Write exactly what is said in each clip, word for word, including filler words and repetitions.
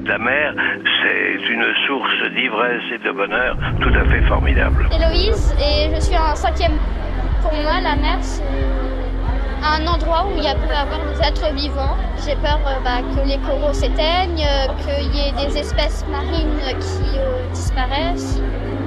La mer, c'est une source d'ivresse et de bonheur tout à fait formidable. Héloïse, et je suis en cinquième. Pour moi, la mer, c'est un endroit où il y a peut avoir des êtres vivants. J'ai peur euh, bah, que les coraux s'éteignent, euh, qu'il y ait des espèces marines qui euh, disparaissent.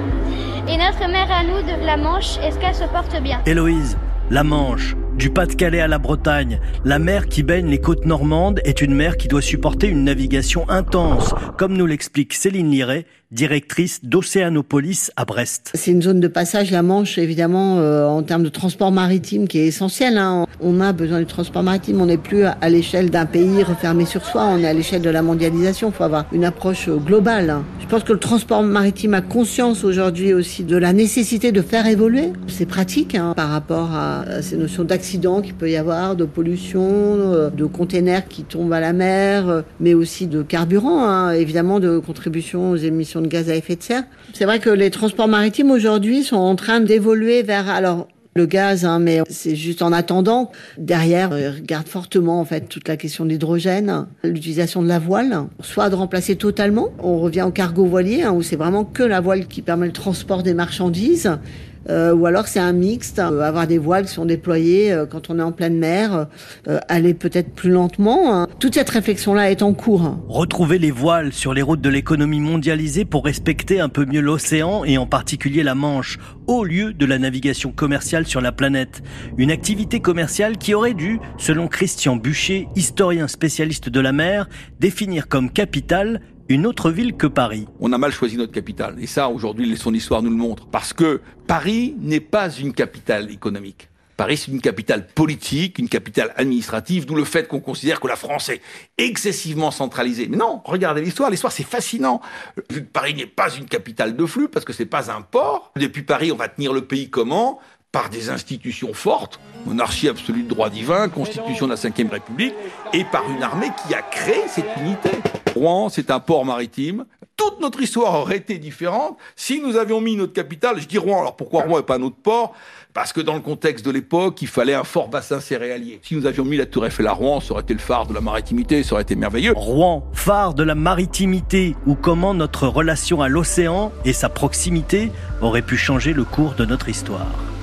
Et notre mer à nous, de la Manche, est-ce qu'elle se porte bien ? Héloïse, la Manche, du Pas-de-Calais à la Bretagne, la mer qui baigne les côtes normandes est une mer qui doit supporter une navigation intense, comme nous l'explique Céline Liret, directrice d'Océanopolis à Brest. C'est une zone de passage, la Manche, évidemment, euh, en termes de transport maritime, qui est essentiel. Hein. On a besoin du transport maritime. On n'est plus à l'échelle d'un pays refermé sur soi. On est à l'échelle de la mondialisation. Il faut avoir une approche globale. Hein. Je pense que le transport maritime a conscience aujourd'hui aussi de la nécessité de faire évoluer. C'est pratique hein, par rapport à, à ces notions d'accident qu'il peut y avoir, de pollution, de containers qui tombent à la mer, mais aussi de carburant, hein, évidemment, de contribution aux émissions de gaz à effet de serre. C'est vrai que les transports maritimes aujourd'hui sont en train d'évoluer vers, alors, le gaz, hein, mais c'est juste en attendant. Derrière, ils regardent fortement, en fait, toute la question de l'hydrogène, l'utilisation de la voile, soit de remplacer totalement. On revient au cargo voilier, hein, où c'est vraiment que la voile qui permet le transport des marchandises. Euh, ou alors c'est un mixte, euh, avoir des voiles qui sont déployées euh, quand on est en pleine mer, euh, aller peut-être plus lentement. Hein. Toute cette réflexion-là est en cours. Hein. Retrouver les voiles sur les routes de l'économie mondialisée pour respecter un peu mieux l'océan et en particulier la Manche, au lieu de la navigation commerciale sur la planète. Une activité commerciale qui aurait dû, selon Christian Buchet, historien spécialiste de la mer, définir comme capitale une autre ville que Paris. On a mal choisi notre capitale. Et ça, aujourd'hui, son histoire nous le montre. Parce que Paris n'est pas une capitale économique. Paris, c'est une capitale politique, une capitale administrative, d'où le fait qu'on considère que la France est excessivement centralisée. Mais non, regardez l'histoire. L'histoire, c'est fascinant. Vu que Paris n'est pas une capitale de flux, parce que c'est pas un port. Depuis Paris, on va tenir le pays comment ? Par des institutions fortes, monarchie absolue de droit divin, constitution de la cinquième République, et par une armée qui a créé cette unité. Rouen, c'est un port maritime. Toute notre histoire aurait été différente si nous avions mis notre capitale, je dis Rouen, alors pourquoi Rouen et pas un autre port ? Parce que dans le contexte de l'époque, il fallait un fort bassin céréalier. Si nous avions mis la Tour Eiffel à Rouen, ça aurait été le phare de la maritimité, ça aurait été merveilleux. Rouen, phare de la maritimité, ou comment notre relation à l'océan et sa proximité auraient pu changer le cours de notre histoire.